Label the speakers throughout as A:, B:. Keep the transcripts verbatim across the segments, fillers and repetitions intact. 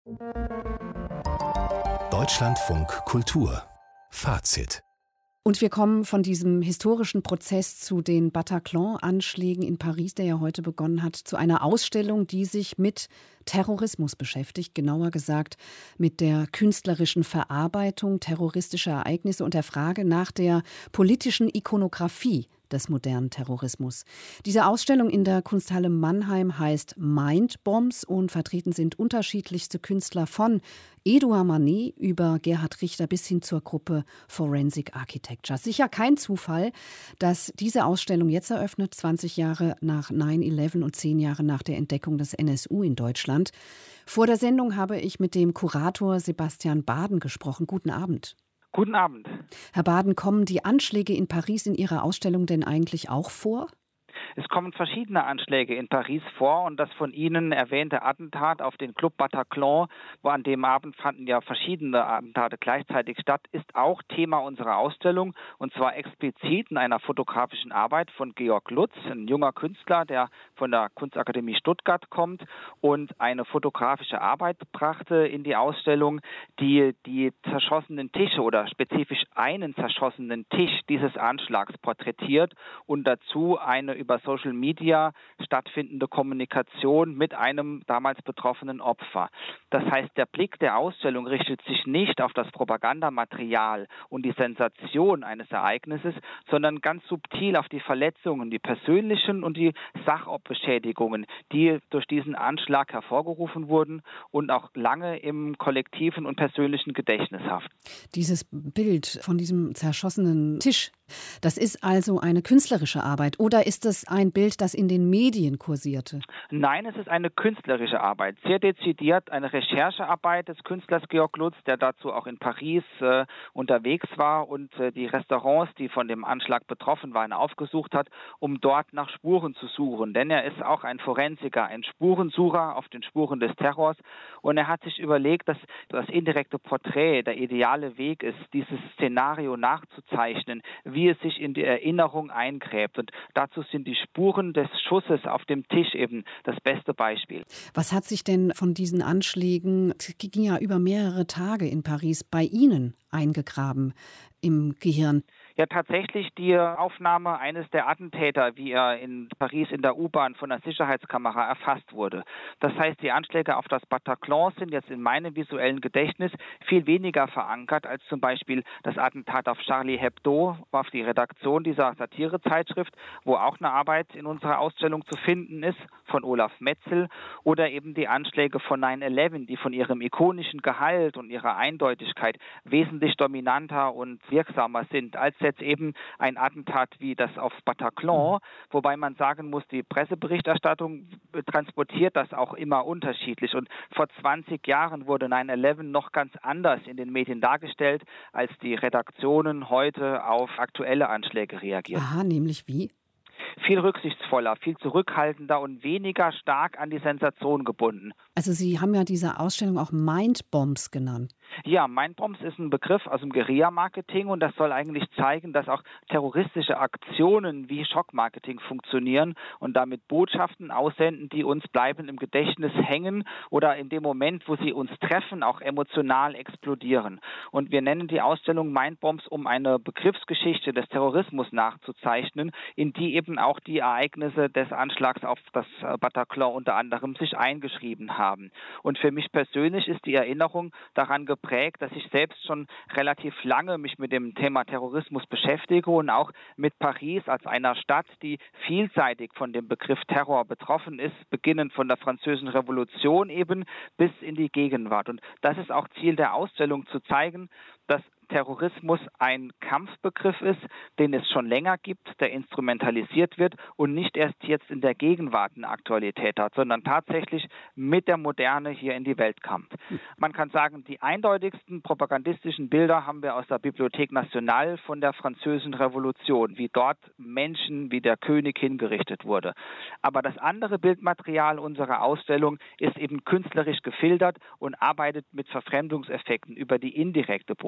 A: Deutschlandfunk Kultur Fazit.
B: Und wir kommen von diesem historischen Prozess zu den Bataclan-Anschlägen in Paris, der ja heute begonnen hat, zu einer Ausstellung, die sich mit Terrorismus beschäftigt, genauer gesagt mit der künstlerischen Verarbeitung terroristischer Ereignisse und der Frage nach der politischen Ikonografie des modernen Terrorismus. Diese Ausstellung in der Kunsthalle Mannheim heißt Mindbombs und vertreten sind unterschiedlichste Künstler von Edouard Manet über Gerhard Richter bis hin zur Gruppe Forensic Architecture. Sicher kein Zufall, dass diese Ausstellung jetzt eröffnet, zwanzig Jahre nach neun elf und zehn Jahre nach der Entdeckung des N S U in Deutschland. Vor der Sendung habe ich mit dem Kurator Sebastian Baden gesprochen. Guten Abend.
C: Guten Abend.
B: Herr Baden, kommen die Anschläge in Paris in Ihrer Ausstellung denn eigentlich auch vor?
C: Es kommen verschiedene Anschläge in Paris vor und das von Ihnen erwähnte Attentat auf den Club Bataclan, wo an dem Abend fanden ja verschiedene Attentate gleichzeitig statt, ist auch Thema unserer Ausstellung und zwar explizit in einer fotografischen Arbeit von Georg Lutz, ein junger Künstler, der von der Kunstakademie Stuttgart kommt und eine fotografische Arbeit brachte in die Ausstellung, die die zerschossenen Tische oder spezifisch einen zerschossenen Tisch dieses Anschlags porträtiert und dazu eine über Social Media stattfindende Kommunikation mit einem damals betroffenen Opfer. Das heißt, der Blick der Ausstellung richtet sich nicht auf das Propagandamaterial und die Sensation eines Ereignisses, sondern ganz subtil auf die Verletzungen, die persönlichen und die Sachbeschädigungen, die durch diesen Anschlag hervorgerufen wurden und auch lange im kollektiven und persönlichen Gedächtnis haften.
B: Dieses Bild von diesem zerschossenen Tisch, das ist also eine künstlerische Arbeit oder ist es ein Bild, das in den Medien kursierte?
C: Nein, es ist eine künstlerische Arbeit, sehr dezidiert eine Recherchearbeit des Künstlers Georg Lutz, der dazu auch in Paris äh, unterwegs war und äh, die Restaurants, die von dem Anschlag betroffen waren, aufgesucht hat, um dort nach Spuren zu suchen. Denn er ist auch ein Forensiker, ein Spurensucher auf den Spuren des Terrors und er hat sich überlegt, dass das indirekte Porträt der ideale Weg ist, dieses Szenario nachzuzeichnen, wie es sich in die Erinnerung eingräbt. Und dazu sind die Spuren des Schusses auf dem Tisch eben das beste Beispiel.
B: Was hat sich denn von diesen Anschlägen, es ging ja über mehrere Tage in Paris, bei Ihnen eingegraben im Gehirn?
C: Ja, tatsächlich die Aufnahme eines der Attentäter, wie er in Paris in der U-Bahn von der Sicherheitskamera erfasst wurde. Das heißt, die Anschläge auf das Bataclan sind jetzt in meinem visuellen Gedächtnis viel weniger verankert als zum Beispiel das Attentat auf Charlie Hebdo, auf die Redaktion dieser Satirezeitschrift, wo auch eine Arbeit in unserer Ausstellung zu finden ist, von Olaf Metzel, oder eben die Anschläge von neun elf, die von ihrem ikonischen Gehalt und ihrer Eindeutigkeit wesentlich dominanter und wirksamer sind als jetzt eben ein Attentat wie das auf Bataclan, wobei man sagen muss, die Presseberichterstattung transportiert das auch immer unterschiedlich und vor zwanzig Jahren wurde neun elf noch ganz anders in den Medien dargestellt, als die Redaktionen heute auf aktuelle Anschläge reagieren.
B: Aha, nämlich wie?
C: Viel rücksichtsvoller, viel zurückhaltender und weniger stark an die Sensation gebunden.
B: Also Sie haben ja diese Ausstellung auch Mindbombs genannt.
C: Ja, Mindbombs ist ein Begriff aus dem Guerilla-Marketing und das soll eigentlich zeigen, dass auch terroristische Aktionen wie Schockmarketing funktionieren und damit Botschaften aussenden, die uns bleiben im Gedächtnis hängen oder in dem Moment, wo sie uns treffen, auch emotional explodieren. Und wir nennen die Ausstellung Mindbombs, um eine Begriffsgeschichte des Terrorismus nachzuzeichnen, in die eben auch die Ereignisse des Anschlags auf das Bataclan unter anderem sich eingeschrieben haben. Und für mich persönlich ist die Erinnerung daran geprägt, dass ich selbst schon relativ lange mich mit dem Thema Terrorismus beschäftige und auch mit Paris als einer Stadt, die vielseitig von dem Begriff Terror betroffen ist, beginnend von der Französischen Revolution eben bis in die Gegenwart. Und das ist auch Ziel der Ausstellung, zu zeigen, dass Terrorismus ein Kampfbegriff ist, den es schon länger gibt, der instrumentalisiert wird und nicht erst jetzt in der Gegenwart eine Aktualität hat, sondern tatsächlich mit der Moderne hier in die Welt kam. Man kann sagen, die eindeutigsten propagandistischen Bilder haben wir aus der Bibliothèque Nationale von der Französischen Revolution, wie dort Menschen wie der König hingerichtet wurde. Aber das andere Bildmaterial unserer Ausstellung ist eben künstlerisch gefiltert und arbeitet mit Verfremdungseffekten über die indirekte Botschaft.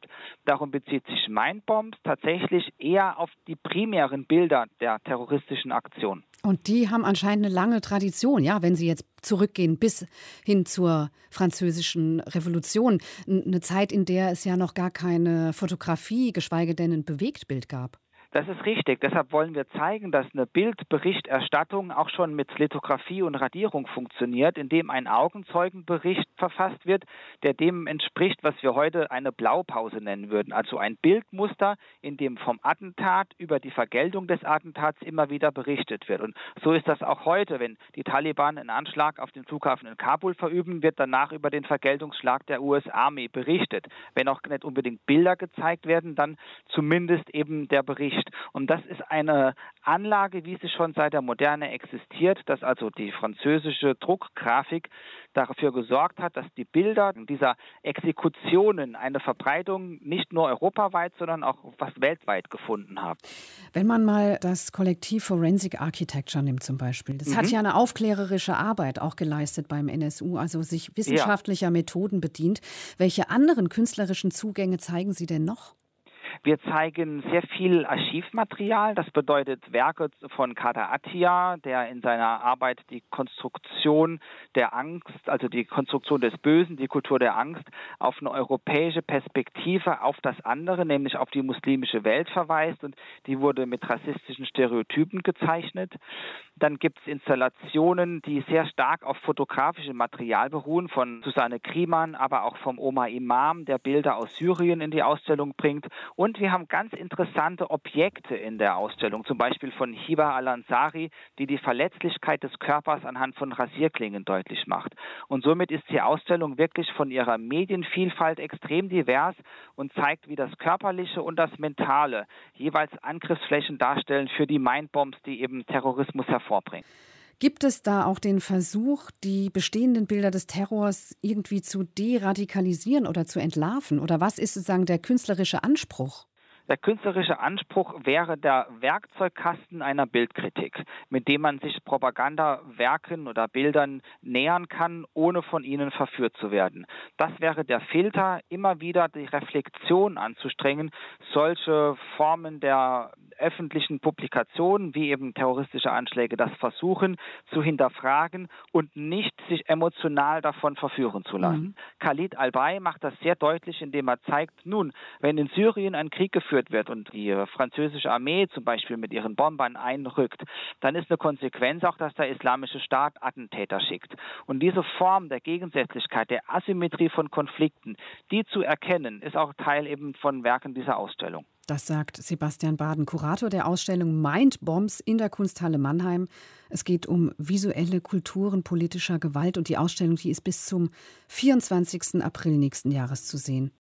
C: Darum bezieht sich Mindbombs tatsächlich eher auf die primären Bilder der terroristischen Aktion.
B: Und die haben anscheinend eine lange Tradition, ja, wenn Sie jetzt zurückgehen bis hin zur Französischen Revolution. Eine Zeit, in der es ja noch gar keine Fotografie, geschweige denn ein Bewegtbild gab.
C: Das ist richtig. Deshalb wollen wir zeigen, dass eine Bildberichterstattung auch schon mit Lithografie und Radierung funktioniert, indem ein Augenzeugenbericht verfasst wird, der dem entspricht, was wir heute eine Blaupause nennen würden. Also ein Bildmuster, in dem vom Attentat über die Vergeltung des Attentats immer wieder berichtet wird. Und so ist das auch heute. Wenn die Taliban einen Anschlag auf den Flughafen in Kabul verüben, wird danach über den Vergeltungsschlag der U S-Armee berichtet. Wenn auch nicht unbedingt Bilder gezeigt werden, dann zumindest eben der Bericht. Und das ist eine Anlage, wie sie schon seit der Moderne existiert, dass also die französische Druckgrafik dafür gesorgt hat, dass die Bilder dieser Exekutionen eine Verbreitung nicht nur europaweit, sondern auch fast weltweit gefunden haben.
B: Wenn man mal das Kollektiv Forensic Architecture nimmt zum Beispiel, das mhm. hat ja eine aufklärerische Arbeit auch geleistet beim N S U, also sich wissenschaftlicher ja. Methoden bedient. Welche anderen künstlerischen Zugänge zeigen Sie denn noch?
C: Wir zeigen sehr viel Archivmaterial, das bedeutet Werke von Kader Attia, der in seiner Arbeit die Konstruktion der Angst, also die Konstruktion des Bösen, die Kultur der Angst, auf eine europäische Perspektive auf das andere, nämlich auf die muslimische Welt verweist, und die wurde mit rassistischen Stereotypen gezeichnet. Dann gibt es Installationen, die sehr stark auf fotografischem Material beruhen, von Susanne Kriemann, aber auch vom Omar Imam, der Bilder aus Syrien in die Ausstellung bringt. Und wir haben ganz interessante Objekte in der Ausstellung, zum Beispiel von Hiba Al-Ansari, die die Verletzlichkeit des Körpers anhand von Rasierklingen deutlich macht. Und somit ist die Ausstellung wirklich von ihrer Medienvielfalt extrem divers und zeigt, wie das Körperliche und das Mentale jeweils Angriffsflächen darstellen für die Mindbombs, die eben Terrorismus hervorbringen.
B: Gibt es da auch den Versuch, die bestehenden Bilder des Terrors irgendwie zu deradikalisieren oder zu entlarven? Oder was ist sozusagen der künstlerische Anspruch?
C: Der künstlerische Anspruch wäre der Werkzeugkasten einer Bildkritik, mit dem man sich Propagandawerken oder Bildern nähern kann, ohne von ihnen verführt zu werden. Das wäre der Filter, immer wieder die Reflexion anzustrengen, solche Formen der öffentlichen Publikationen, wie eben terroristische Anschläge, das versuchen zu hinterfragen und nicht sich emotional davon verführen zu lassen. Mhm. Khalid Al-Bay macht das sehr deutlich, indem er zeigt, nun, wenn in Syrien ein Krieg geführt wird und die französische Armee zum Beispiel mit ihren Bombern einrückt, dann ist eine Konsequenz auch, dass der Islamische Staat Attentäter schickt. Und diese Form der Gegensätzlichkeit, der Asymmetrie von Konflikten, die zu erkennen, ist auch Teil eben von Werken dieser Ausstellung.
B: Das sagt Sebastian Baden, Kurator der Ausstellung Mindbombs in der Kunsthalle Mannheim. Es geht um visuelle Kulturen politischer Gewalt und die Ausstellung, die ist bis zum vierundzwanzigsten April nächsten Jahres zu sehen.